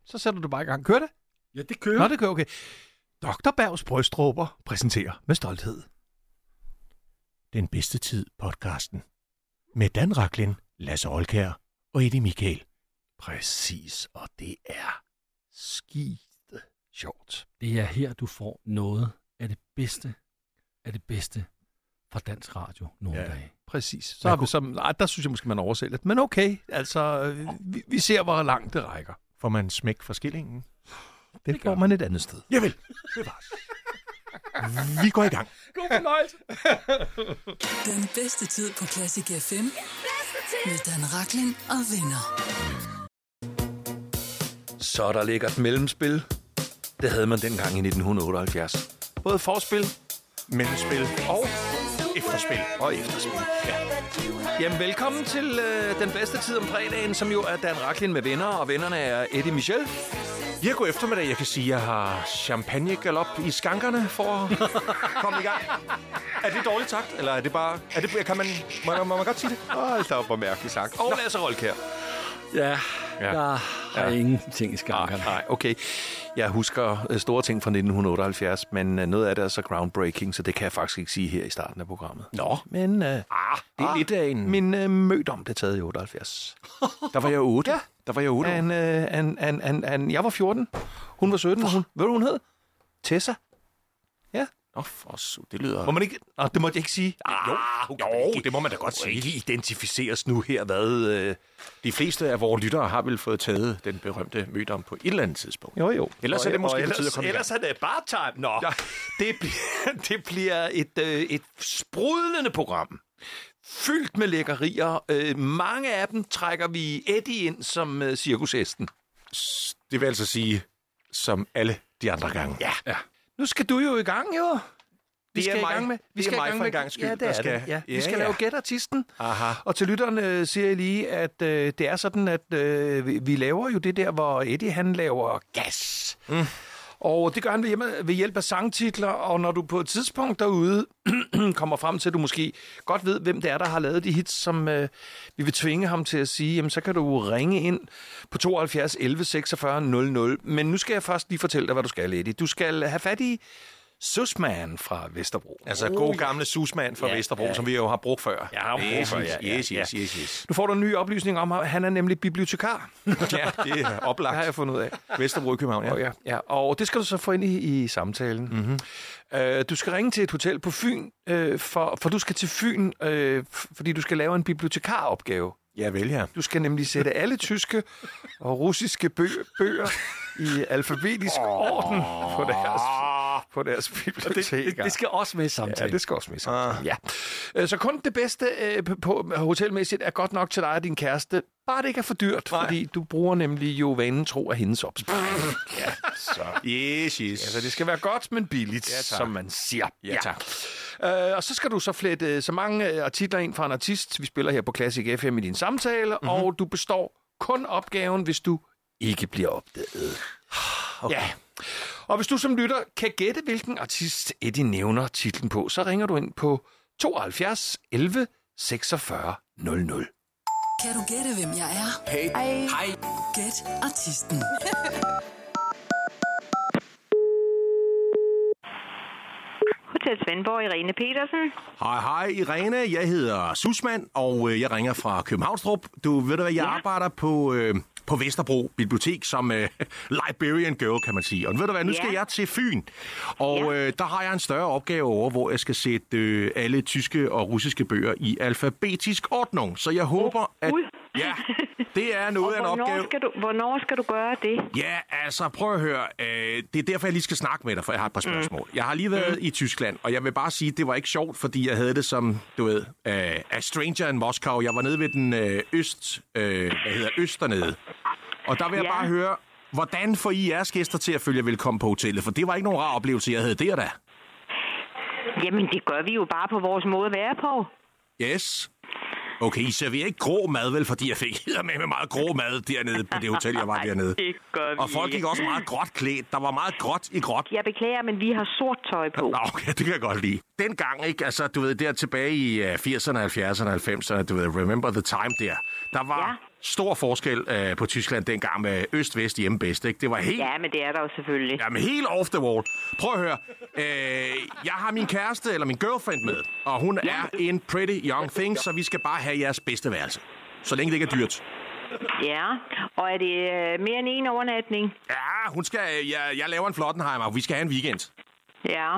Så sætter du bare i gang. Kører det? Ja, det kører. Nå, det kører, okay. Dr. Bergs Brystråber præsenterer med stolthed Den bedste tid podcasten med Dan Rachlin, Lasse Olkjær og Eddie Michael. Præcis, og det er skide sjovt. Det er her, du får noget af det bedste fra dansk radio nogle dage. Præcis. Så har vi der synes jeg måske, man oversætter det. Men okay, altså, vi ser, hvor langt det rækker. Får man smæk for skillingen? Det får man et andet sted. Javel, det var vi går i gang. God fornøjelse. Den bedste tid på Classic FM med Dan Rachlin og venner. Så der ligger et mellemspil. Det havde man dengang i 1978. Både forspil, Mellemspil og efterspil. Ja. Jamen, velkommen til den bedste tid om fredagen, som jo er Dan Rachlin med venner, og vennerne er Eddie Michel. Ja, god eftermiddag. Jeg kan sige, at jeg har champagne-galop i skankerne for at komme i gang. Er det dårligt sagt, eller er det bare... Må man godt sige det? Det var mærkeligt sagt. Og Lasse Olkjær. Ja, jeg har ingenting i skankerne. Nej, okay. Jeg husker store ting fra 1978, men noget af det er så groundbreaking, så det kan jeg faktisk ikke sige her i starten af programmet. Nå. Men Det er lidt af en... min mødom blev taget i 78. Der var jeg 8. Ja. Der var jeg 8 år. Jeg var 14. Hun var 17. Ved du, hvad hun hed? Tessa. Ja. Nå, det lyder... Må man ikke... det måtte jeg ikke sige. Jo, det må man da godt sige. Ikke identificeres nu her, hvad... De fleste af vores lyttere har vel fået taget den berømte mødom på et eller andet tidspunkt. Jo. Ellers er det måske på tide at komme i gang. Ellers er det bare time. Nå, ja. Det bliver et sprudlende program. Fyldt med lækkerier. Mange af dem trækker vi Eddie ind som cirkushesten. Det vil altså sige, som alle de andre gange. Ja. Nu skal du jo i gang, jo. Vi skal i gang med. Vi skal i gang med en gang skyld. Ja, det er det. Ja. Vi skal lave gæt-artisten. Aha. Og til lytterne siger jeg lige, at det er sådan, at vi laver jo det der, hvor Eddie han laver gas. Og det gør han ved hjælp af sangtitler, og når du på et tidspunkt derude kommer frem til, at du måske godt ved, hvem det er, der har lavet de hits, som vi vil tvinge ham til at sige, jamen så kan du ringe ind på 72 11 46 00. Men nu skal jeg først lige fortælle dig, hvad du skal, Eddie. Du skal have fat i Susman fra Vesterbro. Altså god gamle Susman fra Vesterbro, som vi jo har brugt før. Ja, Yes. Du får du en ny oplysning om, at han er nemlig bibliotekar. Ja, det er oplagt. Det har jeg fundet ud af. Vesterbro i København, Ja. Og det skal du så få ind i samtalen. Mm-hmm. Du skal ringe til et hotel på Fyn, for du skal til Fyn, fordi du skal lave en bibliotekaropgave. Ja, vel, ja. Du skal nemlig sætte alle tyske og russiske bøger i alfabetisk orden på deres biblioteker. Det skal også med i samtalen. Ja, det skal også med i samtalen. Ja. Så kun det bedste på hotelmæssigt er godt nok til dig og din kæreste. Bare det ikke er for dyrt, fordi du bruger nemlig jo vanen tro af hendes opsparing. Ja, så. Yes. Altså, det skal være godt, men billigt, som man siger. Ja, tak. Og så skal du så flette så mange artikler ind fra en artist, vi spiller her på Classic FM i din samtale, og du består kun opgaven, hvis du ikke bliver opdaget. Okay. Ja. Og hvis du som lytter kan gætte, hvilken artist Eddie nævner titlen på, så ringer du ind på 72 11 46 00. Kan du gætte, hvem jeg er? Hej. Gæt artisten. Hotel Svendborg, Irene Petersen. Hej, Irene. Jeg hedder Susman, og jeg ringer fra Københavnstrup. Du ved hvad, jeg arbejder på Vesterbro Bibliotek som librarian girl, kan man sige. Og ved du hvad, nu skal jeg til Fyn. Og der har jeg en større opgave over, hvor jeg skal sætte alle tyske og russiske bøger i alfabetisk ordning. Så jeg håber, at... Ja, det er noget af en opgave. Hvornår skal du gøre det? Ja, altså prøv at høre. Det er derfor, jeg lige skal snakke med dig, for jeg har et par spørgsmål. Jeg har lige været i Tyskland, og jeg vil bare sige, at det var ikke sjovt, fordi jeg havde det som, du ved, a stranger in Moscow. Jeg var nede ved den øst dernede. Og der vil jeg bare høre, hvordan får I jeres gæster til at følge velkommen på hotellet? For det var ikke nogen rar oplevelse, jeg havde der da. Jamen, det gør vi jo bare på vores måde at være på. Yes. Okay, I serverer ikke grå mad, vel? Fordi jeg fik med meget grå mad dernede på det hotel, jeg var dernede. Det gør vi. Og folk gik også meget gråt klædt. Der var meget gråt i gråt. Jeg beklager, men vi har sort tøj på. Nå, okay, det kan jeg godt lide. Dengang, ikke? Altså, du ved, der tilbage i 80'erne, 70'erne, 90'erne, du ved, remember the time der. stor forskel på Tyskland dengang med øst-vest hjemme-bedst, ikke? Det var helt... Ja, men det er der jo selvfølgelig. Ja, men helt off the wall. Prøv at høre. Jeg har min kæreste, eller min girlfriend med, og hun er en pretty young thing, så vi skal bare have jeres bedste værelse. Så længe det ikke er dyrt. Ja, og er det mere end en overnatning? Ja, hun skal... Jeg laver en Flottenheimer, og vi skal have en weekend. Ja.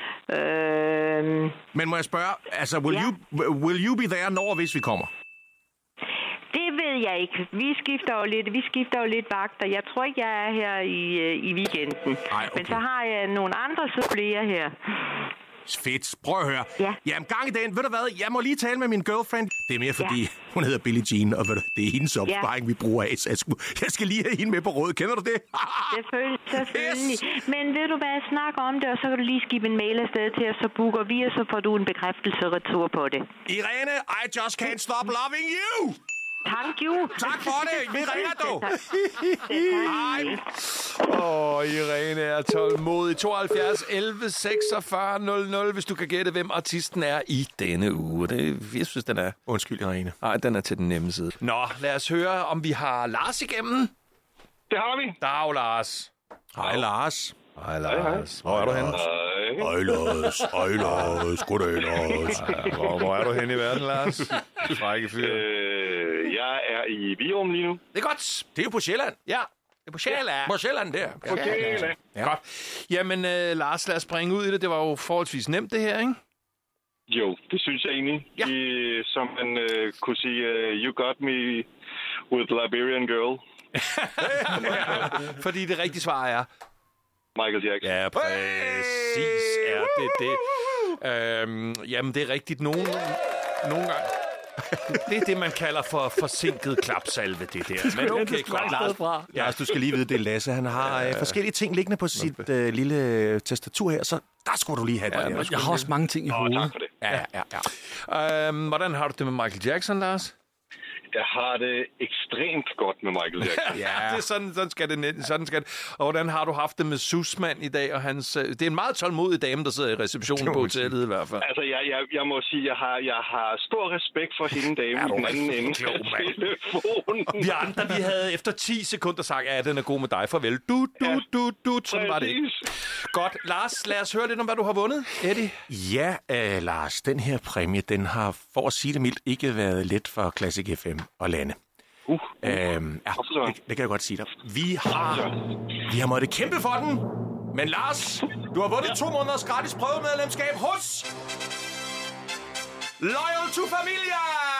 Men må jeg spørge, altså, will you be there, når hvis vi kommer? Det ved jeg ikke. Vi skifter jo lidt vagter. Jeg tror ikke, jeg er her i weekenden. Ej, okay. Men så har jeg nogle andre supplerer her. Fedt. Prøv at høre. Ja. Jamen, gang i den. Ved du hvad? Jeg må lige tale med min girlfriend. Det er mere fordi, hun hedder Billie Jean, og ved du, det er hendes opsparing, vi bruger af. Så jeg skal lige have hende med på råd. Kender du det? Selvfølgelig. Yes. Men ved du hvad? Snak om det, og så kan du lige skibe en mail afsted til os, så booker vi, og så får du en bekræftelse retur på det. Irene, I just can't stop loving you! Thank you. Tak for det. Vi ringer, du. Hej. Irene er tålmodig. 72 11 46 00, hvis du kan gætte, hvem artisten er i denne uge. Jeg synes, den er... Undskyld, Irene. Nej, den er til den nemme side. Nå, lad os høre, om vi har Lars igennem. Det har vi. Dag, Lars. Hej, Lars. Hej, Lars. Hvor er du henne? Hej, Lars. Hej, Lars. Goddag, Lars. Hvor er du henne i verden, Lars? Frække fyr. Jeg er i Virum lige nu. Det er godt. Det er jo på Sjælland. Ja, det er på Sjælland. På Sjælland, der. På Sjælland. Ja. Godt. Jamen, Lars, lad os springe ud i det. Det var jo forholdsvis nemt, det her, ikke? Jo, det synes jeg egentlig. Ja. Som man kunne sige, you got me with Liberian Girl. Fordi det rigtige svar er... Michael Jackson. Ja, præcis er det. Jamen, det er rigtigt. Nogle gange... Det er det, man kalder for forsinket klapsalve, det der. Men okay, godt, Lars. Ja, altså, du skal lige vide, det er Lasse. Han har forskellige ting liggende på sit lille tastatur her, så der skulle du lige have det. Jeg har også mange ting i hovedet. Tak for det. Ja. Hvordan har du det med Michael Jackson, Lars? Jeg har det ekstremt godt med Michael Jackson. Ja, det er sådan skal det. Og hvordan har du haft det med Sussman i dag? Og hans, det er en meget tålmodig dame, der sidder i receptionen på hotellet i hvert fald. Altså, jeg må sige, jeg har stor respekt for hende dame i den anden ende af telefonen. Vi andre, vi havde efter 10 sekunder sagt, ja, den er god med dig, farvel. Sådan var det ikke. Godt, Lars, lad os høre lidt om, hvad du har vundet, Eddie. Ja, Lars, den her præmie, den har, for at sige det mildt, ikke været let for Classic FM at lande. Det kan jeg godt sige dig. Vi har måttet kæmpe for den, men Lars, du har vundet 2 måneders gratis prøvemedlemskab hos Loyal to Familia!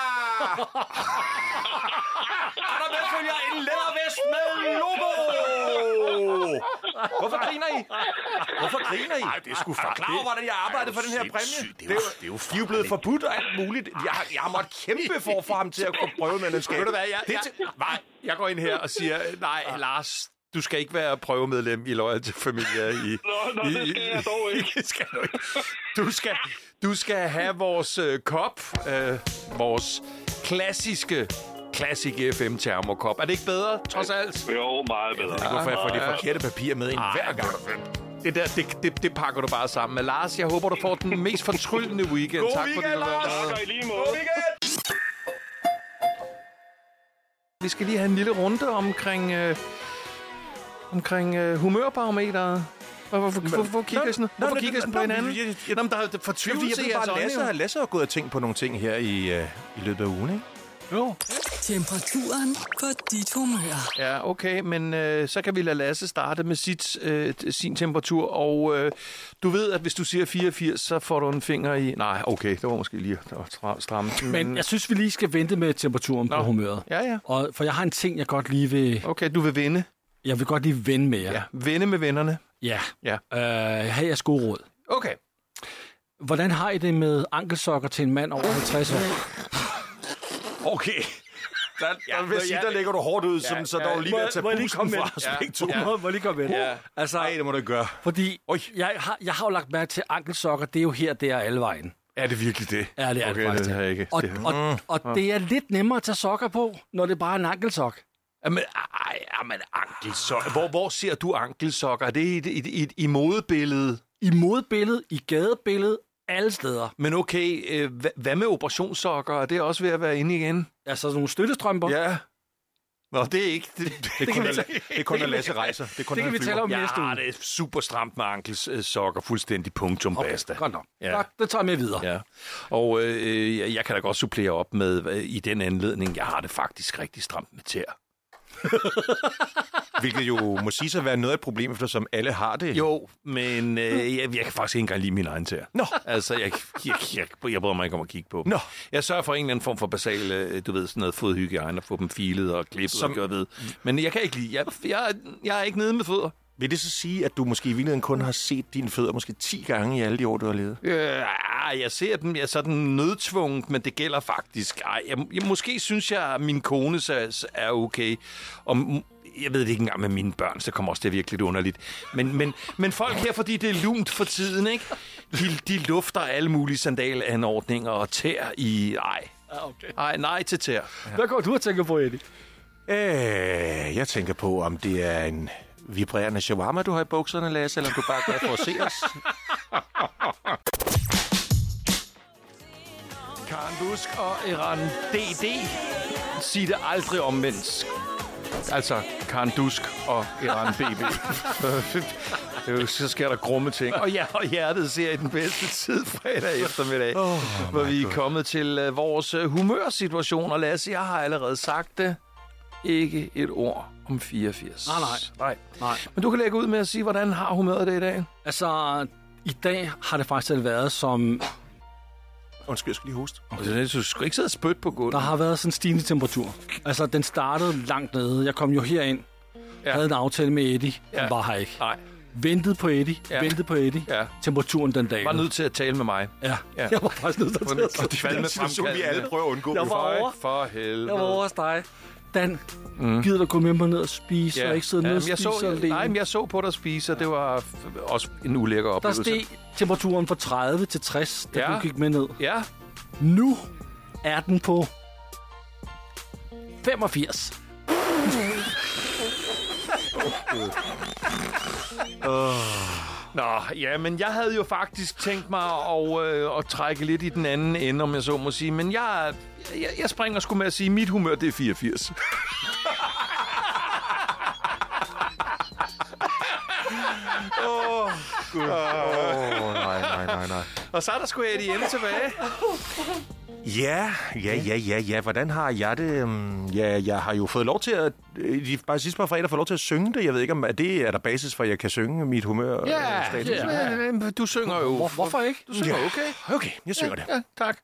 Og der medfølger en lædervest med logo! Hvorfor griner I? Ej, det er sgu faktisk... Er du klar over, hvordan jeg arbejdede for den her præmie? Det er jo de er blevet forbudt og alt muligt. Jeg har måttet kæmpe for at få ham til at få prøvemedlemskab. Ved du hvad, jeg går ind her og siger, nej, Lars, du skal ikke være prøvemedlem i Loyal to Familia. Det skal jeg dog ikke. Skal du ikke. Du skal have vores kop, vores klassiske Classic FM termokop. Er det ikke bedre, trods alt? Jo, meget bedre. Det hvorfor jeg får det forkerte papir med ind hver gang. Det der, det pakker du bare sammen med. Lars, jeg håber, du får den mest fortryllende weekend. God tak weekend, fordi du var Lars. med. Tak, i lige måde. Vi skal lige have en lille runde omkring humørbarometeret. Hvorfor kigger I sådan på hinanden? Jamen, der er fortvivlelse i jeres øjne. Lasse har gået og tænkt på nogle ting her i løbet af ugen, ikke? Jo. Temperaturen på dit humør. Ja, okay, men så kan vi lade Lasse starte med sin temperatur, og du ved, at hvis du siger 84, så får du en finger i... Nej, okay, det var måske lige stramme. Men jeg synes, vi lige skal vente med temperaturen på humøret. Ja. For jeg har en ting, jeg godt lige vil... Okay, du vil vinde. Jeg vil godt lige vende med jer. Ja, vinde med vennerne. Ja. Ja. Her er jeres gode råd. Okay. Hvordan har I det med ankelsokker til en mand over 50 år? Okay. Der lægger du hårdt ud, så der er jo lige ved at tage pusten fra os begge to. Må lige komme ind? Ja. Altså, Nej, det må du gøre. fordi jeg har jo lagt mærke til ankelsokker, det er jo her, det er alle vejen. Er det virkelig det? Ja, det er okay, det faktisk. Det har jeg ikke. Og det er lidt nemmere at tage sokker på, når det bare er en ankelsok. Men ankelsok. Hvor ser du ankelsokker? Er det i modebilledet? I modebilledet, i gadebilledet, alle steder. Men okay, hvad med operationssokker? Er det også ved at være inde igen? Altså nogle støttestrømper. Ja. Nå, det er ikke... Det er kun at Lasse rejser. Det kan vi tale om næste uge. Ja, det er super stramt med ankelssokker, fuldstændig punktum basta. Godt nok. Ja. Godt, det tager jeg med videre. Ja. Og jeg kan da godt supplere op med, i den anledning, jeg har det faktisk rigtig stramt med tæer. Hvilket jo må sige sig at være noget af et problem, eftersom alle har det. Jo, men jeg kan faktisk ikke engang lide min egen tæer. Nå. Altså, jeg bryder mig ikke om at kigge på dem. Nå. Jeg sørger for en eller anden form for basal, du ved, sådan noget fodhygiejne, at få dem filet og klippet og gjort ved. Men jeg kan ikke lide, jeg er ikke nede med fødder. Vil det så sige, at du måske i virkeligheden kun har set dine fødder måske 10 gange i alle de år, du har levet? Jeg ser dem, jeg er sådan nødtvunget, men det gælder faktisk. Måske synes jeg, at min kone er okay. Og jeg ved det ikke engang med mine børn, så kommer også det virkelig underligt. Men folk her, fordi det er lunt for tiden, ikke? De lufter alle mulige sandalanordninger og tær i... Nej til tær. Hvad går du at tænke på, Eddie? Jeg tænker på, om det er en vibrerende shawarma, du har i bukserne, Lasse, eller om du bare er glad for at se os. Karen Dusk og Iran DD. Sig det aldrig omvendt. Altså, Karen Dusk og Iran BB. Så sker der grumme ting. Og hjertet ser i den bedste tid fredag eftermiddag, hvor vi er kommet til vores humørsituation. Og Lasse, jeg har allerede sagt det. Ikke et ord om 84. Nej. Men du kan lægge ud med at sige, hvordan har humøret det i dag? Altså, i dag har det faktisk været som... Undskyld, jeg skal lige hoste. Du skal ikke sidde og spytte på gulvet. Der har været sådan en stigende temperatur. Altså, den startede langt nede. Jeg kom jo herind, havde en aftale med Eddie, han var her ikke. Nej. Ventede på Eddie, Ja. Temperaturen den dag. Var nødt til at tale med mig. Ja. Jeg var faktisk nødt til at tale. Og det er den situation, vi alle prøver at undgå. Jeg var over. For helvede. Jeg var over hos dig. Dan, gider du gå med mig ned og spise, og ikke sidde ned og spise alene? Nej, men jeg så på dig spise, og det var også en ulækker oplevelse. Der steg temperaturen fra 30 til 60, da du gik med ned. Ja. Nu er den på 85. Nå, ja, men jeg havde jo faktisk tænkt mig at trække lidt i den anden ende, om jeg så må sige. Men jeg springer sgu med at sige, at mit humør, det er 84. Nej. Og så er der sgu Eddie hjemme tilbage. Ja. Hvordan har jeg det? Jeg har jo fået lov til at... Bare sidste par fredag fået lov til at synge det. Jeg ved ikke, om det er der basis for, at jeg kan synge mit humør. Ja. Du synger jo... Hvorfor ikke? Du synger okay. Okay, jeg synger det. Ja, tak.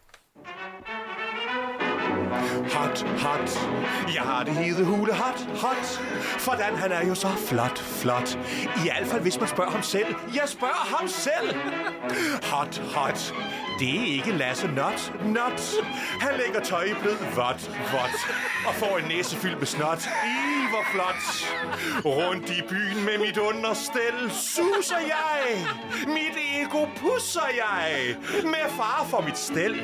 Hot, jeg har det hede hule hot. Hvordan han er jo så flot. I hvert fald, hvis man spørger ham selv. Jeg spørger ham selv. Hot, det er ikke Lasse Not. Han lægger tøj i blød vådt. Og får en næse fyldt med snot. Hvor flot. Rundt i byen med mit understel suser jeg. Mit ego pusser jeg. Med far for mit stel.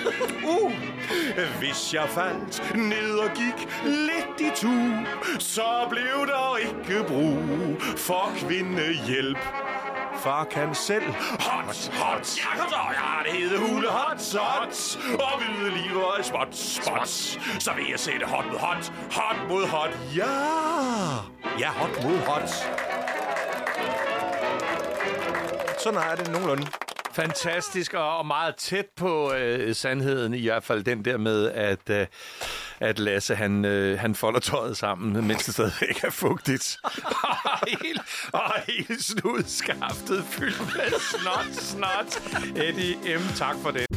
Hvis jeg faldt ned og gik lidt i tu, så blev der ikke brug for kvindehjælp. Far kan selv. Hot. Jeg har det hede hule hot. Og hvide liver i spot. Så vil jeg sætte hot mod hot. Ja, hot mod hot. Sådan er det nogenlunde. Fantastisk og meget tæt på sandheden, i hvert fald den der med, at Lasse han folder tøjet sammen, mens det stadigvæk er fugtigt. og helt snudskaftet fyldt med snot. Eddie M., tak for det.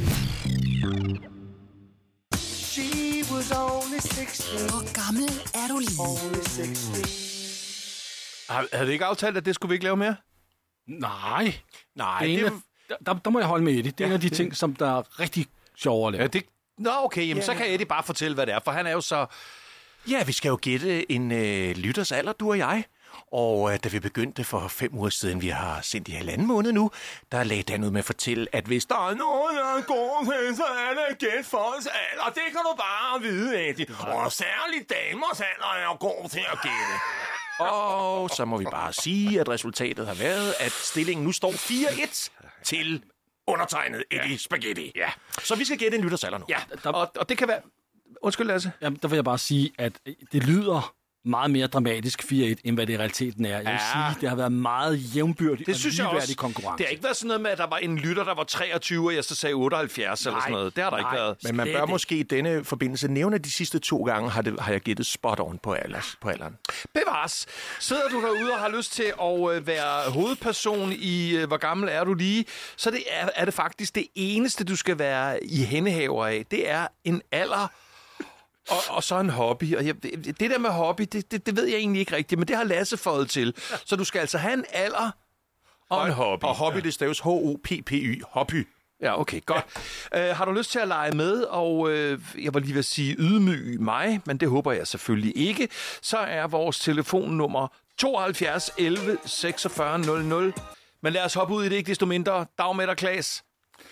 She was only 16. Hvor gammel er du lige? Only 16. Havde vi ikke aftalt, at det skulle vi ikke lave mere? Nej. Det Der må jeg holde med Eddie. Det er en af de ting, som der er rigtig sjovere at lave. Ja, det... Nå, okay, jamen, så kan Eddie bare fortælle, hvad det er, for han er jo så... Ja, vi skal jo gætte en lytters alder, du og jeg. Og da vi begyndte for 5 uger siden, vi har sendt i 1,5 måned nu, der lagde Dan ud med at fortælle, at hvis der er nogen, der er gode til, så er det gæt folks alder. Det kan du bare vide, Eddie. Og særligt damers alder er god til at gætte. Og så må vi bare sige, at resultatet har været, at stillingen nu står 4-1 til undertegnet Eddie Spaghetti. Ja. Så vi skal gætte en lytters alder nu. Ja, og det kan være... Undskyld, Lasse. Jamen, der vil jeg bare sige, at det lyder meget mere dramatisk 4-1, end hvad det i realiteten er. Jeg vil sige, det har været meget jævnbyrdigt og ligeværdig konkurrence. Det har ikke været sådan noget med, at der var en lytter, der var 23, og jeg så sagde 78 eller sådan noget. Det har der ikke været. Men man bør måske i denne forbindelse nævne, at de sidste 2 gange har jeg gættet spot on på alderen. Bevares. Sidder du derude og har lyst til at være hovedperson i Hvor gammel er du lige, så er det faktisk det eneste, du skal være i hændehaver af. Det er en alder og så en hobby. Og det der med hobby, det ved jeg egentlig ikke rigtigt, men det har Lasse fået til. Så du skal altså have en alder og en hobby. Og hobby, det staves H-O-P-P-Y. Hobby. Ja, okay, godt. Har du lyst til at lege med, og jeg var lige ved at sige ydmyg mig, men det håber jeg selvfølgelig ikke, så er vores telefonnummer 72 11 46 00. Men lad os hoppe ud i det, ikke desto mindre. Dag med dig, Klaas.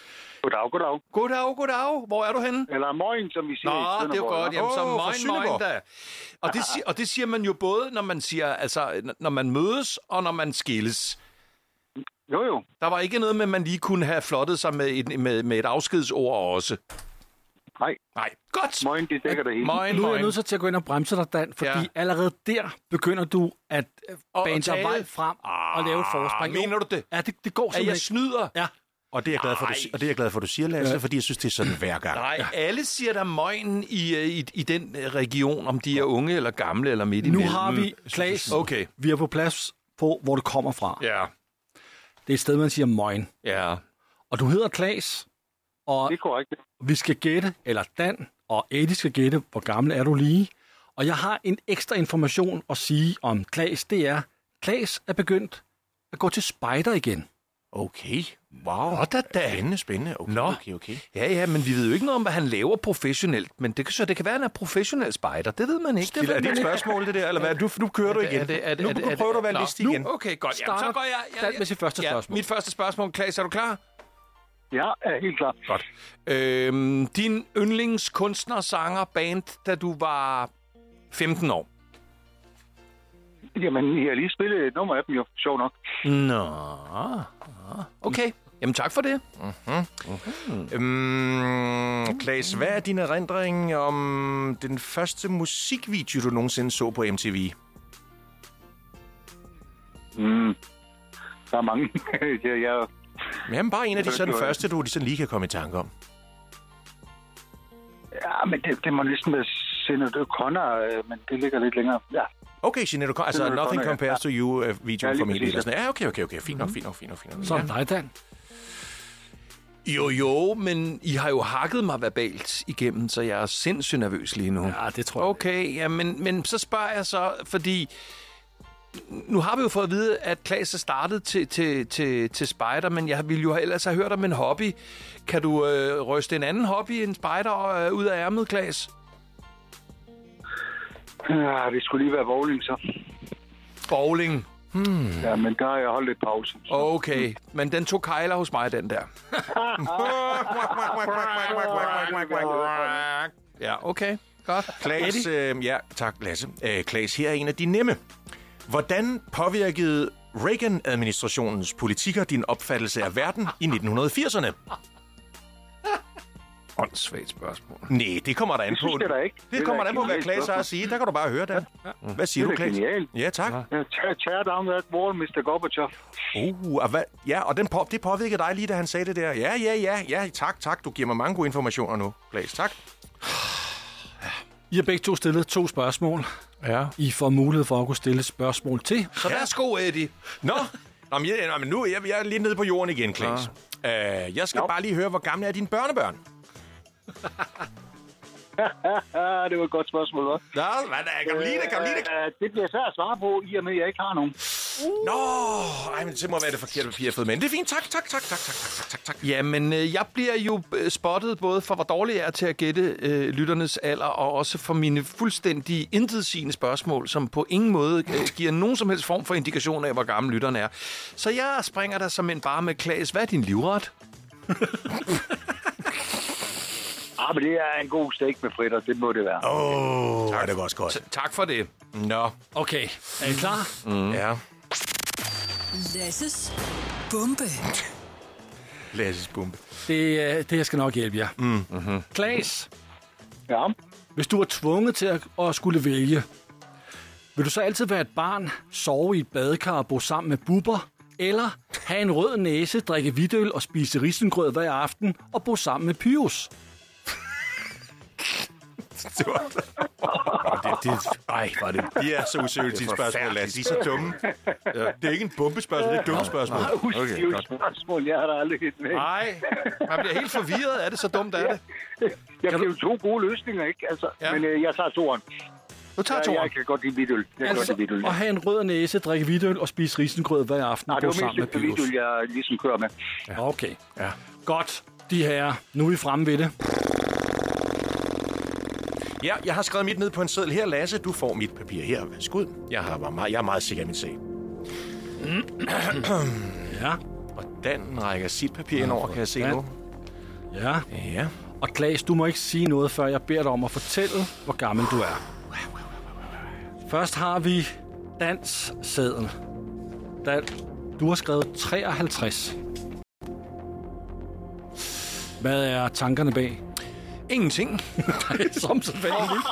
Goddag. Hvor er du henne? Eller morgen, som vi siger. Nå, det er jo godt. Jamen, så morgen da. Og det siger man jo både, når man siger, altså, når man mødes, og når man skilles. Jo. Der var ikke noget med, at man lige kunne have flottet sig med et afskedsord også. Nej. Godt. Morgen, det dækker det hele. Nu er jeg nødt til at gå ind og bremse dig, Dan, fordi allerede der begynder du at bane dig vej frem og lave et forspring. Mener du det? Ja, det går simpelthen. Jeg snyder? Ja. Og det er jeg glad for, at du siger, Lasse, fordi jeg synes, det er sådan hver gang. Nej, alle siger der møgnen i den region, om de er unge eller gamle eller midt imellem. Nu har vi, Klaas, vi er på plads på, hvor det kommer fra. Ja. Det er et sted, man siger møgn. Ja. Og du hedder Klaas, og det er korrekt. Vi skal gætte, eller Dan og Eddie skal gætte, hvor gammel er du lige. Og jeg har en ekstra information at sige om Klaas. Det er, Klaas er begyndt at gå til spejder igen. Okay, wow. Spændende. Okay. Ja, men vi ved jo ikke noget om, hvad han laver professionelt. Men det kan være, at han er professionel spejder. Det ved man ikke. Er det et spørgsmål, det der? Eller hvad? Nu kører du igen. Nu prøver du at være listig igen. Okay, godt. Jamen, så går jeg med sit første spørgsmål. Mit første spørgsmål. Klaas, er du klar? Ja, er helt klar. Godt. Din yndlingskunstner, sanger, band, da du var 15 år? Jamen, jeg har lige spillet et nummer af dem jo. Sjov nok. Nå. Okay. Jamen, tak for det. Klaas, hvad er din erindring om den første musikvideo, du nogensinde så på MTV? Der er mange. Jamen, bare en af de sådan første, du sådan lige kan komme i tanke om. Ja, men det må næsten være Sinead O'Connor, men det ligger lidt længere. Ja. Okay, Sinead O'Connor, altså Nothing Compares to You video for mig. Ja, okay. Fint nok. Så er dig, Dan. Jo, men I har jo hakket mig verbalt igennem, så jeg er sindssygt nervøs lige nu. Ja, det tror jeg. Okay, ja, men så spørger jeg så, fordi nu har vi jo fået at vide, at Klaas er startet til spejder, men jeg ville jo ellers have hørt om en hobby. Kan du ryste en anden hobby end spejder ud af ærmet, Klaas? Ja, det skulle lige være bowling, så. Bowling? Ja, men der har jeg holdt et pause. Så. Okay, men den tog kejler hos mig, den der. Ja, okay. Godt. Klaas, ja, tak, Lasse. Klaas, her er en af de nemme. Hvordan påvirkede Reagan-administrationens politikker din opfattelse af verden i 1980'erne? Åndssvagt spørgsmål. Nej, det kommer der an på. Det synes jeg da ikke. Det kommer der an på, hvad Klaas har at sige. Der kan du bare høre det. Hvad siger du, Klaas? Ja, tak. Tear down that wall, Mr. Gorbachev. Ja, og det påvirkede dig lige, da han sagde det der. Ja, tak. Du giver mig mange gode informationer nu, Klaas. Tak. I har begge to stillet 2 spørgsmål. Ja. I får mulighed for at kunne stille spørgsmål til. Så værsgo, Eddie. Nå, men nu jeg er lige nede på jorden igen, Klaas. Jeg skal bare lige høre, hvor gamle er dine børnebørn? Det var et godt spørgsmål, hva'? Nå, kan du lide det? Det bliver svært at svare på, i og med, at jeg ikke har nogen. Nå, men det må være det forkerte papir, jeg har fået med. Det er fint, tak. Jamen, jeg bliver jo spottet både for, hvor dårlig jeg er til at gætte lytternes alder, og også for mine fuldstændig intetsigende spørgsmål, som på ingen måde giver nogen som helst form for indikation af, hvor gammel lytterne er. Så jeg springer der som en bare med Klaas. Hvad er din livret? Men det er en god steak med fritter, det må det være. Tak, det er også godt. Tak for det. Nå. Okay, er I klar? Ja. Lasses bombe. Lasses bombe. Det jeg skal nok hjælpe jer. Klaas, Ja. Hvis du er tvunget til at skulle vælge, vil du så altid være et barn, sove i et badekar og bo sammen med bubber, eller have en rød næse, drikke hvidøl og spise risengrød hver aften og bo sammen med Pyrus? Var det. De er så usøgelige, de spørgsmål, Lasse. De er så dumme. Ja. Det er ikke en bombespørgsmål, det er et dumme spørgsmål. Okay, spørgsmål, jeg har da aldrig helt med. Nej, man bliver helt forvirret. Er det så dumt, er det? Jeg kan jo 2 gode løsninger, ikke? Altså, Ja. men jeg tager 2'eren. Du tager 2'eren. Jeg kan godt lide hvidøl. Og have en rød næse, drikke hvidøl og spise risengrød hver aften Nej, og det bo var sammen med mest Pyrus. hvidøl, jeg ligesom kører med. Ja. Okay. Ja. Godt, de her. Nu er vi fremme ved det. Ja, jeg har skrevet mit ned på en seddel her. Lasse, du får mit papir her. Værsgo. Jeg er meget sikker i min sag. Ja. Og Dan rækker sit papir ind over, kan jeg se nu. Ja. Ja. Og Klaas, du må ikke sige noget, før jeg beder dig om at fortælle, hvor gammel du er. Først har vi Dans seddel. Dan, du har skrevet 53. Hvad er tankerne bag? Ingenting. Som så vanligt.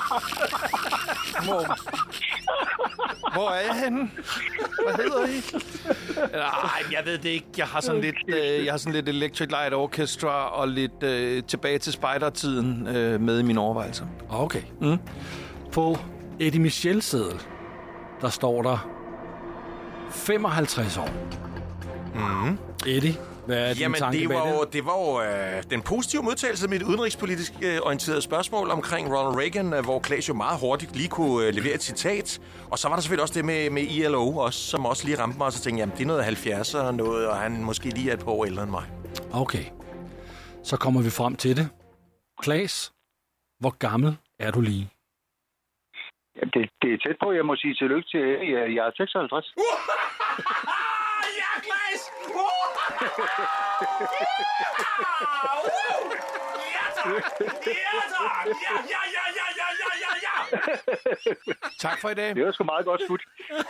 Hvor er jeg henne? Hvad hedder I? Nej, jeg ved det ikke. Jeg har sådan lidt Electric Light Orchestra og lidt tilbage til spejdertiden med i mine overvejelser. Okay. På Eddie Michels seddel, der står der 55 år. Eddie, hvad er din tanke bag det var jo den positive modtagelse af mit udenrigspolitisk orienterede spørgsmål omkring Ronald Reagan, hvor Klaas jo meget hurtigt lige kunne levere et citat. Og så var der selvfølgelig også det med ILO, også, som også lige ramte mig, og så tænkte jeg, det er noget 70'er noget, og han måske lige er et par år ældre end mig. Okay. Så kommer vi frem til det. Klaas, hvor gammel er du lige? Ja, det er tæt på, jeg må sige tillykke til Eddie. Jeg er 56. Ja, Klaas! Tak for i dag. Det var sgu meget godt skudt.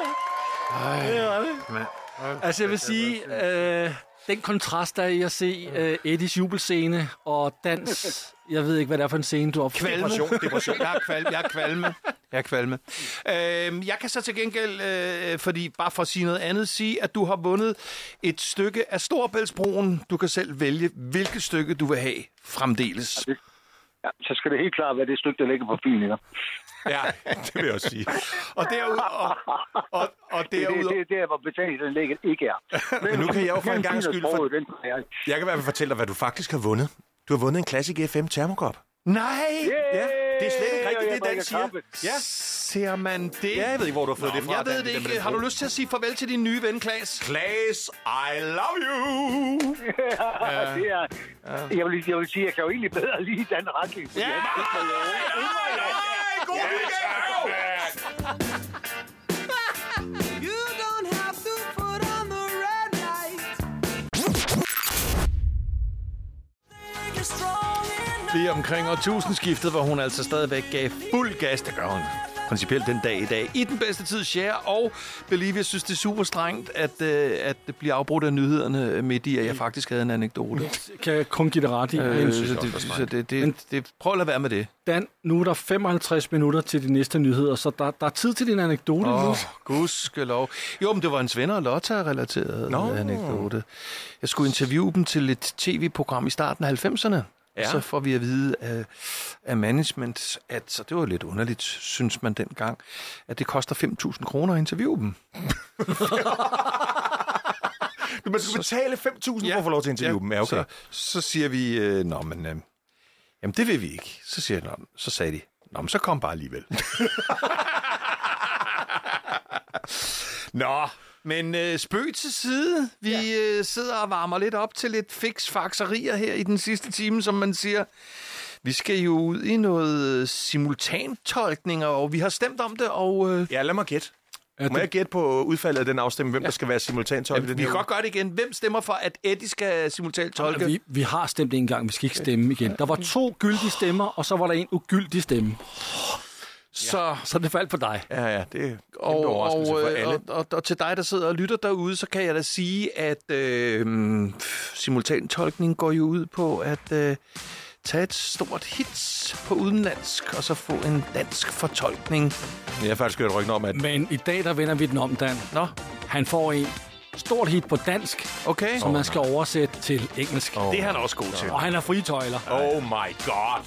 Altså, jeg vil sige, den kontrast, der er i at se Eddies jubelscene og dans. Jeg ved ikke, hvad det er for en scene, du opfører. Depression. Jeg er kvalme. Jeg kan så til gengæld, fordi bare for at sige noget andet, sige, at du har vundet et stykke af Storebæltsbroen. Du kan selv vælge, hvilket stykke du vil have fremdeles. Ja, så skal det helt klart være det stykke, der ligger på bilen, ikke? Ja, det vil jeg også sige. Og derudover... Det er der, hvor betalingsanlægget ikke er. Men nu kan jeg jo for en gang skyld... Jeg kan i hvert fald fortælle dig, hvad du faktisk har vundet. Du har vundet en Classic FM termokop. Nej! Ja, det er slet ikke rigtigt, det Dan siger. Ja. Ser man det? Ja, jeg ved ikke, hvor du har fået det fra. Jeg ved det ikke. Har du lyst til at sige farvel til din nye ven, Klaas? Klaas, I love you! Ja, det er... Jeg vil sige, jeg kan jo egentlig bedre lide Dan Racklin. Ja! God weekend! Lige omkring årtusindskiftet, hvor hun altså stadigvæk gav fuld gas. Det gør hun principielt den dag i dag. I den bedste tid, Cher og Believe. Jeg synes, det er super strengt, at det bliver afbrudt af nyhederne midt i, at jeg faktisk havde en anekdote. Kan jeg kun give det ret i. Prøv at lade være med det. Dan, nu er der 55 minutter til de næste nyheder, så der er tid til din anekdote nu. Gudskelov. Jo, men det var en Svend og Lotta-relateret anekdote. Jeg skulle interviewe dem til et tv-program i starten af 90'erne. Ja. Så får vi at vide af management, at så det var lidt underligt, synes man dengang, at det koster 5.000 kroner at interviewe dem. Man skulle betale 5.000 for at få lov til at interviewe dem. Ja, okay. Så siger vi, jamen det vil vi ikke. Så sagde de, men så kom bare alligevel. Men spøg til side. Vi sidder og varmer lidt op til lidt fiksfakserier her i den sidste time, som man siger. Vi skal jo ud i noget simultantolkninger, og vi har stemt om det, og... Ja, lad mig gætte. Må jeg gætte på udfaldet af den afstemning, hvem der skal være simultantolket? Vi kan godt gøre det igen. Hvem stemmer for, at Eddie skal simultantolke? Vi har stemt en gang, vi skal ikke stemme igen. Der var 2 gyldige stemmer, og så var der en ugyldig stemme. Så det faldt på dig. Ja, det er overraskelse for alle. Og til dig, der sidder og lytter derude, så kan jeg da sige, at simultantolkning går jo ud på, at tage et stort hit på udenlandsk, og så få en dansk fortolkning. Jeg har faktisk hørt ryggen om, at... Men i dag, der vender vi den om, Dan. Nå. Han får en stort hit på dansk, Okay. som man skal oversætte til engelsk. Det er han også god til. Og han er fritøjler. Oh my god.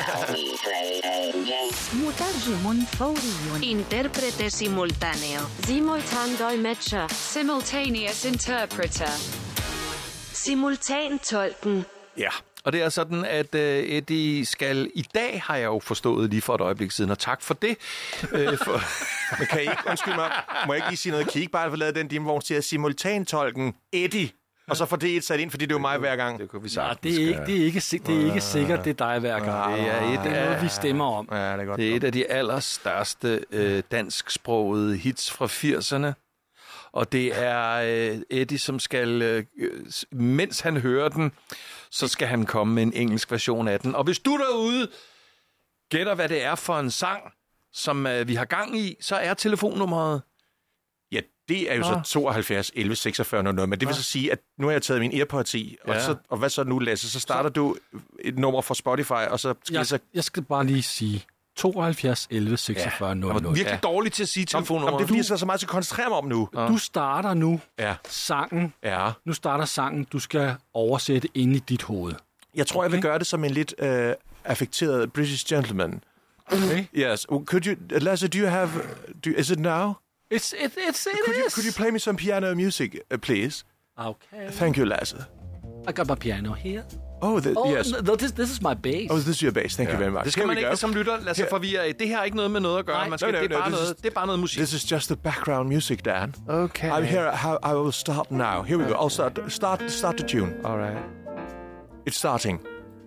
مترجم فوري. Intérprete simultáneo. Simultandolmetscher. Simultaneous interpreter. Simultantolken. Ja, og det er sådan, at Eddie skal i dag, har jeg jo forstået lige for et øjeblik siden, og tak for det. Men kan I ikke, undskyld mig, må jeg ikke lige sige noget? Kan I ikke bare få lavet den dim, hvor hun siger simultantolken Eddie, og så får det et sat ind, fordi det er jo mig hver gang. Det kunne vi Nej, sagtens. det er ikke sikkert, det er dig hver gang. Det er noget, vi stemmer om. Ja, det er godt. Det er et af de allerstørste dansksprogede hits fra 80'erne. Og det er Eddie, som skal, mens han hører den, så skal han komme med en engelsk version af den. Og hvis du derude gætter, hvad det er for en sang, som vi har gang i, så er telefonnummeret... Ja, det er jo så 72 11 46 00, men det vil så sige, at nu har jeg taget min AirPods i, og hvad så nu, Lasse? Så starter du et nummer fra Spotify, og så... Jeg skal bare lige sige 72 11 46 00. Jeg er virkelig dårlig til at sige telefonnummeret. Det er fordi, jeg så meget til at koncentrere mig om nu. Du starter nu sangen. Ja. Nu starter sangen, du skal oversætte ind i dit hoved. Jeg tror, jeg vil gøre det som en lidt affekteret British gentleman. Okay. Yes. Could you, Lasse, do you have... is it now? It is. Could you play me some piano music, please? Okay. Thank you, Lasse. I got my piano here. Oh, yes. No, this is my bass. Oh, this is your bass. Thank you very much. Det skal man ikke som lytter lade sig forvirre af. Det her har ikke noget med noget at gøre. Man skal, det er bare noget musik. This is just the background music, Dan. Okay. I'm here. I will start now. Here we go. I'll start the tune. All right. It's starting.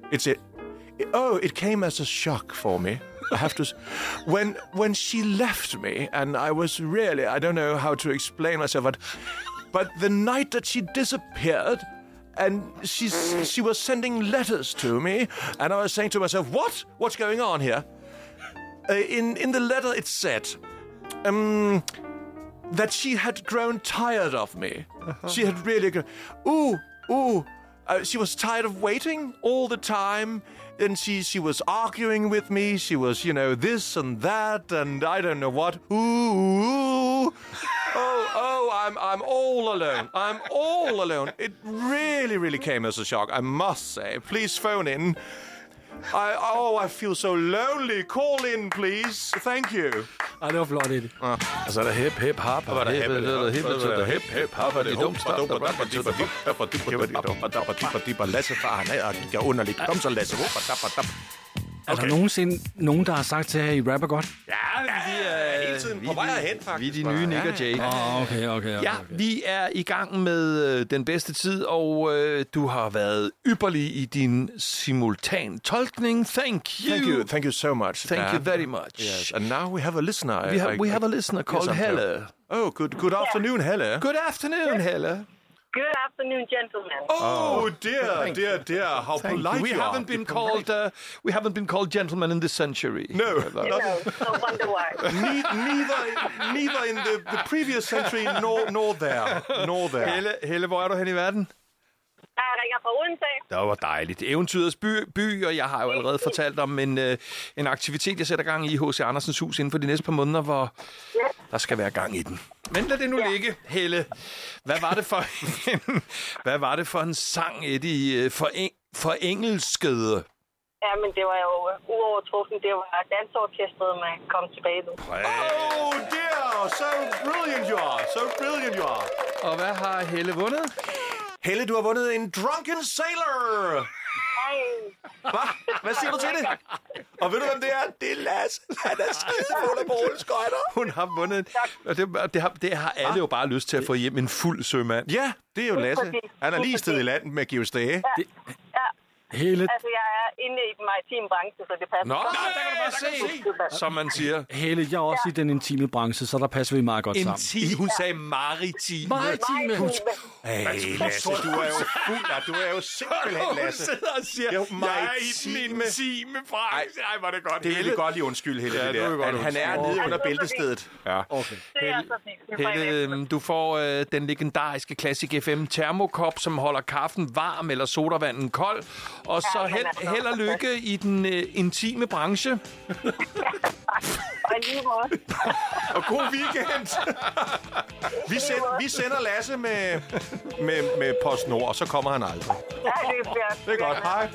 It came as a shock for me. I have to... When she left me, and I was really... I don't know how to explain myself, but the night that she disappeared, and she was sending letters to me, and I was saying to myself, what's going on here? In the letter it said that she had grown tired of me. She had really she was tired of waiting all the time, and she was arguing with me. She was, this and that, and I don't know what. I'm all alone. I'm all alone. It really, really came as a shock, I must say. Please phone in. I feel so lonely. Call in, please. Thank you. Ej, det var flot, Eddie. Og så er der hip hop. Og der hip hop. Og det er dumt stop. Lasse far, han er underligt. Kom så, Lasse. Er der nogensinde nogen, der har sagt til jer, I rapper godt? Ja, vi er hele tiden på vej herhen, faktisk. Vi er de nye Nick og Jay. Okay. Ja, vi er i gang med den bedste tid, og du har været ypperlig i din simultan tolkning. Thank you so much. Thank you very much. Yes, and now we have a listener. We have a listener called Helle. Oh, good afternoon, Helle. Good afternoon, Helle. Good afternoon, gentlemen. Oh dear! How polite we you are. We haven't been called gentlemen in this century. No. So wonder why. Neither in the previous century nor there. Helle, hvor er du hen i verden? Jeg ringer fra Odense. Det var dejligt. Eventyrets by, og jeg har jo allerede fortalt om en aktivitet, jeg sætter gang i H.C. Andersens hus inden for de næste par måneder, hvor der skal være gang i den. Men lad det nu ligge, Helle. Hvad var det for en sang, Eddie, for engelskede? Ja, men det var jo uovertruffen. Det var dansorkestret, man kom tilbage nu. Oh dear! So brilliant you are. Og hvad har Helle vundet? Helle, du har vundet en Drunken Sailor! Hvad siger du til det? Og ved du, hvem det er? Det er Lasse. Han er skidefuld af bålskøjter. Hun har vundet. Og det har alle jo bare lyst til at få hjem en fuld sømand. Ja, det er jo Lasse. Han er lige sted i landet med Georg Stage. Helle... Altså, jeg er inde i den maritime branche, så det passer. Nå, der kan du bare se, som man siger. Helle, jeg er også i den intime branche, så der passer vi meget godt sammen. Hun sagde maritime. Maritime. Lasse, du er jo fuld af. Du er jo simpelthen, Lasse. Hun sidder og siger, jeg er i den intime branche. Ej, var det godt. Det vil vi godt lige undskylde, Helle, det der. Han er nede under bæltestedet. Ja. Okay. Helle, du får den legendariske Classic FM termokop, som holder kaffen varm eller sodavanden kold. Og så held og lykke i den intime branche. Og lige måde. Og god weekend. Vi sender Lasse med PostNord, og så kommer han aldrig. Ja, det er godt. Hej.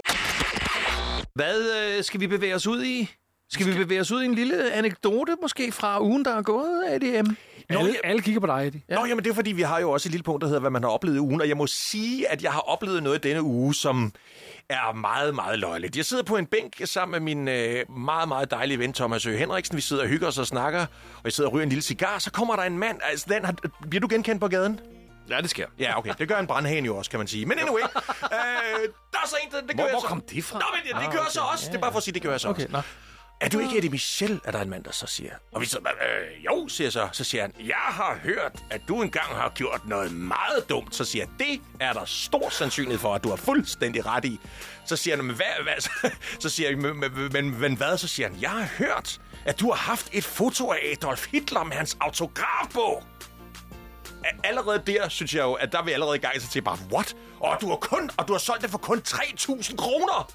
Hvad skal vi bevæge os ud i? Skal vi bevæge os ud i en lille anekdote måske fra ugen, der er gået, ADM? Alle kigger på dig, Eddie. Ja. Nå, jamen det er fordi, vi har jo også et lille punkt, der hedder, hvad man har oplevet i ugen. Og jeg må sige, at jeg har oplevet noget denne uge, som er meget, meget løjeligt. Jeg sidder på en bænk sammen med min meget, meget dejlige ven, Thomas Høgh Henriksen. Vi sidder og hygger os og snakker, og jeg sidder og ryger en lille cigar. Så kommer der en mand. Altså, bliver du genkendt på gaden? Ja, det sker. Ja, okay. Det gør en brandhane jo også, kan man sige. Men anyway, der er så en, det gør jeg så. Hvor kom det fra? Nå, men det gør jeg så også. Det er bare for at sige, det gør jeg så også. Nå. Er du ikke Eddie Michel, er der en mand, der så siger? Og vi så, jo, siger så. Så siger han, jeg har hørt, at du engang har gjort noget meget dumt. Så siger jeg, det er der stor sandsynlighed for, at du har fuldstændig ret i. Så siger han, men hvad? Så siger jeg, men hvad? Så siger han, jeg har hørt, at du har haft et foto af Adolf Hitler med hans autografbog. Allerede der, synes jeg jo, at der er vi allerede i gang til bare, what? Og du har solgt det for kun 3.000 kroner.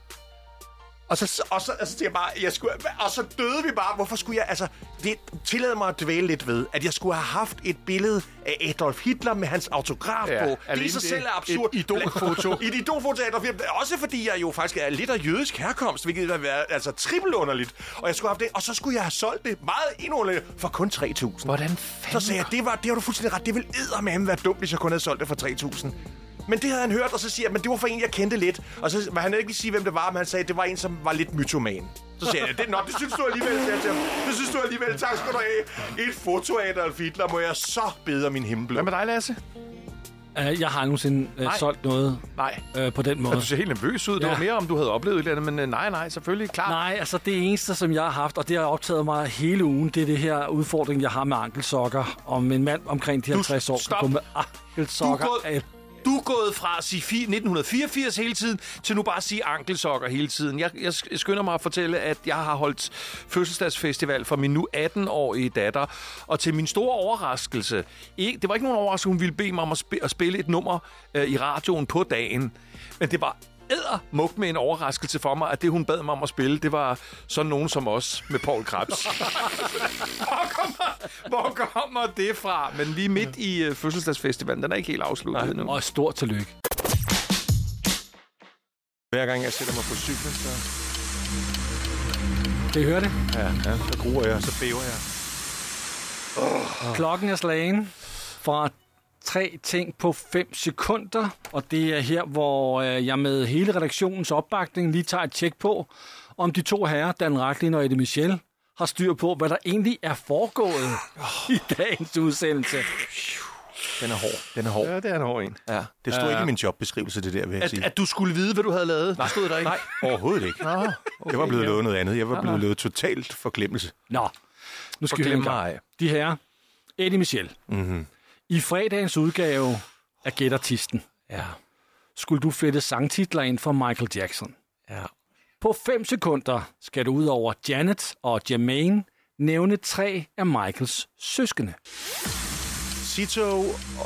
Og så siger jeg bare, og så døde vi bare. Hvorfor skulle jeg, altså, det tillader mig at dvæle lidt ved, at jeg skulle have haft et billede af Adolf Hitler med hans autograf på. Det i sig selv er absurd. Et idolfoto. Et idolfoto af Adolf Hitler. Også fordi jeg jo faktisk er lidt af jødisk herkomst, hvilket vil være altså trippelunderligt. Og jeg skulle have det, og så skulle jeg have solgt det meget indunderligt for kun 3.000. Hvordan fanden? Så sagde jeg, det har du fuldstændig ret. Det ville eddermame være dumt, hvis jeg kun havde solgt det for 3.000. Men det havde han hørt, og så siger jeg, men det var for en, jeg kendte lidt. Og så han havde ikke sige, hvem det var, men han sagde, at det var en, som var lidt mytoman. Så siger jeg, det synes du alligevel, det synes du alligevel, tak skal du have. Et foto af Adolf Hitler, må jeg så bede min himmelblå. Hvad med dig, Lasse? Jeg har nogensinde solgt noget på den måde. Du ser helt nervøs ud. Det var mere, om du havde oplevet det, men nej, selvfølgelig, klart. Nej, altså det eneste, som jeg har haft, og det har optaget mig hele ugen, det er det her udfordring, jeg har med ankelsokker. Om en mand omkring de 50 år kan gå med ankelsokker. Du er gået fra at sige 1984 hele tiden, til nu bare at sige ankelsokker hele tiden. Jeg skynder mig at fortælle, at jeg har holdt fødselsdagsfestival for min nu 18-årige datter. Og til min store overraskelse, det var ikke nogen overraskelse, hun ville bede mig om at spille et nummer i radioen på dagen. Men det var eddermugt med en overraskelse for mig, at det, hun bad mig om at spille, det var sådan nogen som os med Poul Krebs. Hvor kommer det fra? Men vi er midt i fødselsdagsfestivalen. Den er ikke helt afsluttet endnu. Og stort tillykke. Hver gang jeg sætter mig på cyklen, så... Kan I høre det? Ja, så gruer jeg, så bæver jeg. Klokken er slagen fra 3 ting på 5 sekunder, og det er her, hvor jeg med hele redaktionens opbakning lige tager et tjek på, om de to herrer, Dan Rachlin og Eddie Michel, har styr på, hvad der egentlig er foregået i dagens udsendelse. Den er hård. Ja, det er en hård en. Ja, det stod ikke i min jobbeskrivelse, det der, vil jeg sige. At du skulle vide, hvad du havde lavet? Nej, stod der ikke? Nej, overhovedet ikke. Okay, jeg var blevet lovet noget andet. Jeg var blevet lovet totalt forglemmelse. Nå, nu skal vi høre mig. De herrer, Eddie Michel. Mm-hmm. I fredagens udgave af Gæt-artisten, skulle du flette sangtitler ind for Michael Jackson. Ja. På 5 sekunder skal du ud over Janet og Jermaine nævne 3 af Michaels søskende. Sito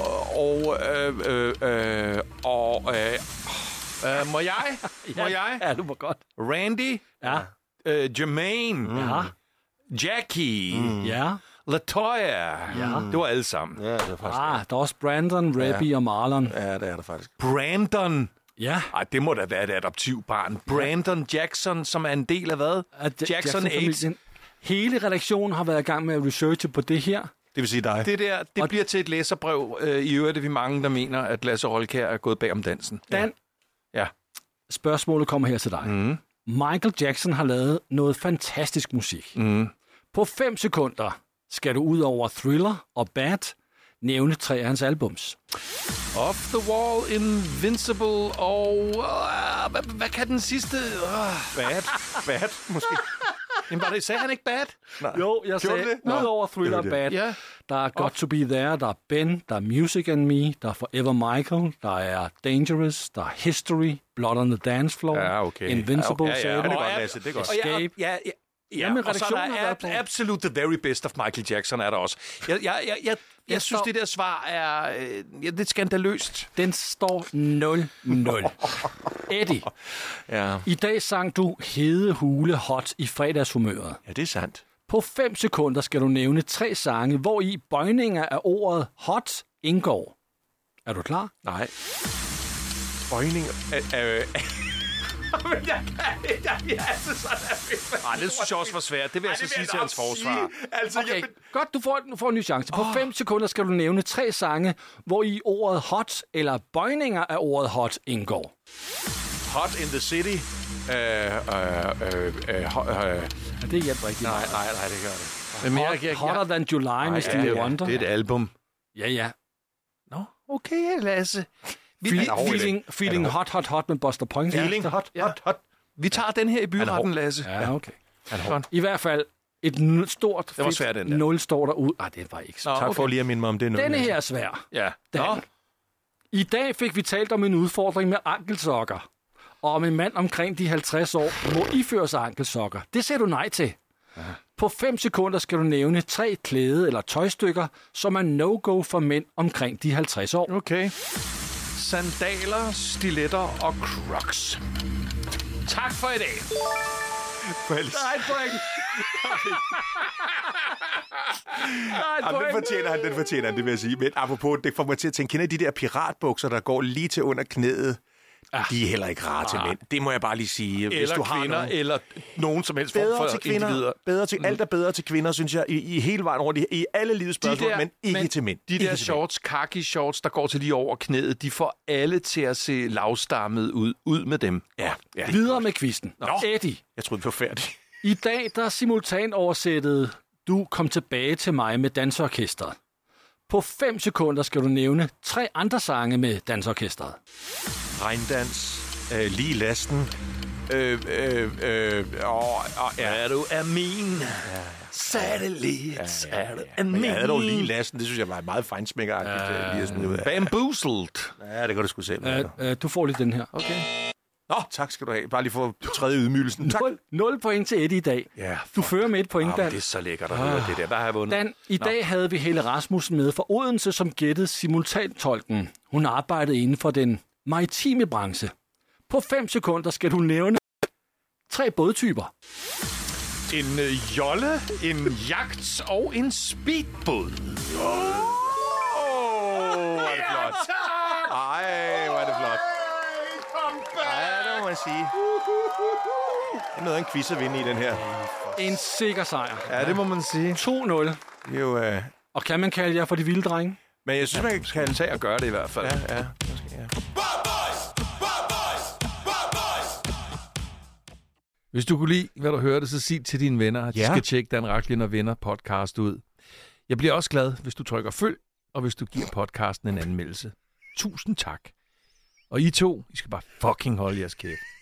må jeg? Ja, du må godt. Randy? Ja. Jermaine? Ja. Jackie? Ja. Latoya? Ja. Det var alle sammen. Ja, det var faktisk der er også Brandon, Rebby og Marlon. Ja, det er der faktisk. Brandon? Ja. Ej, det må da være et adoptivbarn. Brandon Jackson, som er en del af hvad? Jackson 8. Hele redaktionen har været i gang med at researche på det her. Det vil sige dig. Det bliver til et læserbrev. I øvrigt er vi mange, der mener, at Lasse Rolkjær er gået bag om dansen. Dan, ja. Spørgsmålet kommer her til dig. Mm. Michael Jackson har lavet noget fantastisk musik. Mm. På 5 sekunder skal du ud over Thriller og Bad nævne 3 af hans albums. Off the Wall, Invincible og... hvad kan den sidste? Bad, måske. Jamen, sagde han ikke Bad? Nej. Jo, jeg sagde ud over Thriller og Bad. Ja. Der er Got to Be There, der er Ben, der er Music and Me, der er Forever Michael, der er Dangerous, der er History, Blood on the Dance Floor, Invincible, det er godt, det er godt. Escape. Ja, og så der er Absolute the Very Best of Michael Jackson er der også. Jeg synes, det der svar er... det er skandaløst. Den står 0-0. Eddie, Ja. i dag sang du Hede Hule Hot i fredagshumøret. Ja, det er sandt. På 5 sekunder skal du nævne 3 sange, hvor i bøjninger af ordet hot indgår. Er du klar? Nej. Bøjning... Det synes jeg også var svært. Det vil jeg så sige til hans forsvar. Altså, Okay, godt, du får en ny chance. På 5 sekunder skal du nævne 3 sange, hvor i ordet hot eller bøjninger af ordet hot indgår. Hot in the City. Det hjælper ikke. Nej, det gør det. Men Hotter Than July med Stevie Wonder. Det er et album. Ja. Nå, okay, Lasse. Feeling hot med Buster Points. Feeling hot. Vi tager den her i byretten, Lasse. Ja, okay. I hvert fald et stort Det var svært, den der. 0 står der ud. Det var ikke så. Tak for lige at minde mig om det. Denne her er svær. Ja. Dan. I dag fik vi talt om en udfordring med ankelsokker. Og om en mand omkring de 50 år må iføre sig ankelsokker. Det siger du nej til. På 5 sekunder skal du nævne 3 klæde- eller tøjstykker, som er no-go for mænd omkring de 50 år. Okay. Sandaler, stiletter og crocs. Tak for i dag. Der er et point. Den fortjener han, det vil jeg sige. Men apropos, det får mig til at tænke, kender de der piratbukser, der går lige til under knæet? De er heller ikke rare til mænd. Det må jeg bare lige sige. Eller hvis du har kvinder, nogen. eller nogen som helst form Bedre for til kvinder. individer. Bedre til, alt er bedre til kvinder, synes jeg, i hele vejen rundt. I alle livets spørgsmål, men ikke til mænd. De der shorts, khaki shorts, der går til lige over knæet, de får alle til at se lavstammet ud. Ud med dem. Ja. Videre med quizzen. Eddie. Jeg troede, vi var færdige. I dag, der simultan oversættede du Kom tilbage til mig med dansorkestret. På 5 sekunder skal du nævne 3 andre sange med dansorkestret. Regndans, lige lasten. Er du af min? Satellit. Er du af min? Jeg havde dog lige lasten. Det synes jeg var meget fejnsmækkeragtigt lige at smide ud af. Bamboozled. Ja, det kan du sgu selv. Du får lige den her. Okay. Nå, tak skal du have. Bare lige for tredje ydmygelsen. Tak. 0 point til Eddie i dag. Ja, du fører med 1 point, Dan. Det er så lækkert at høre det der. Hvad har jeg vundet? Dan, i dag havde vi Helle Rasmussen med fra Odense, som gættede simultantolken. Hun arbejdede inden for den maritime branche. På 5 sekunder skal du nævne 3 bådtyper. En jolle, en jagt og en speedbåd. Hvor er det flot. Ej, hvor er det flot. Ja, det må man sige. Det er noget af en quiz at vinde i den her. En sikker sejr. Ja, det må man sige. 2-0. Det er jo... Og kan man kalde jer for de vilde drenge? Men jeg synes, man kan kalde tage og gøre det i hvert fald. Ja. Hvis du kunne lide, hvad du hørte, så sig til dine venner, at de skal tjekke Dan Rachlin og Venner podcast ud. Jeg bliver også glad, hvis du trykker følg, og hvis du giver podcasten en anmeldelse. Tusind tak. Og I to, I skal bare fucking holde jeres kæft.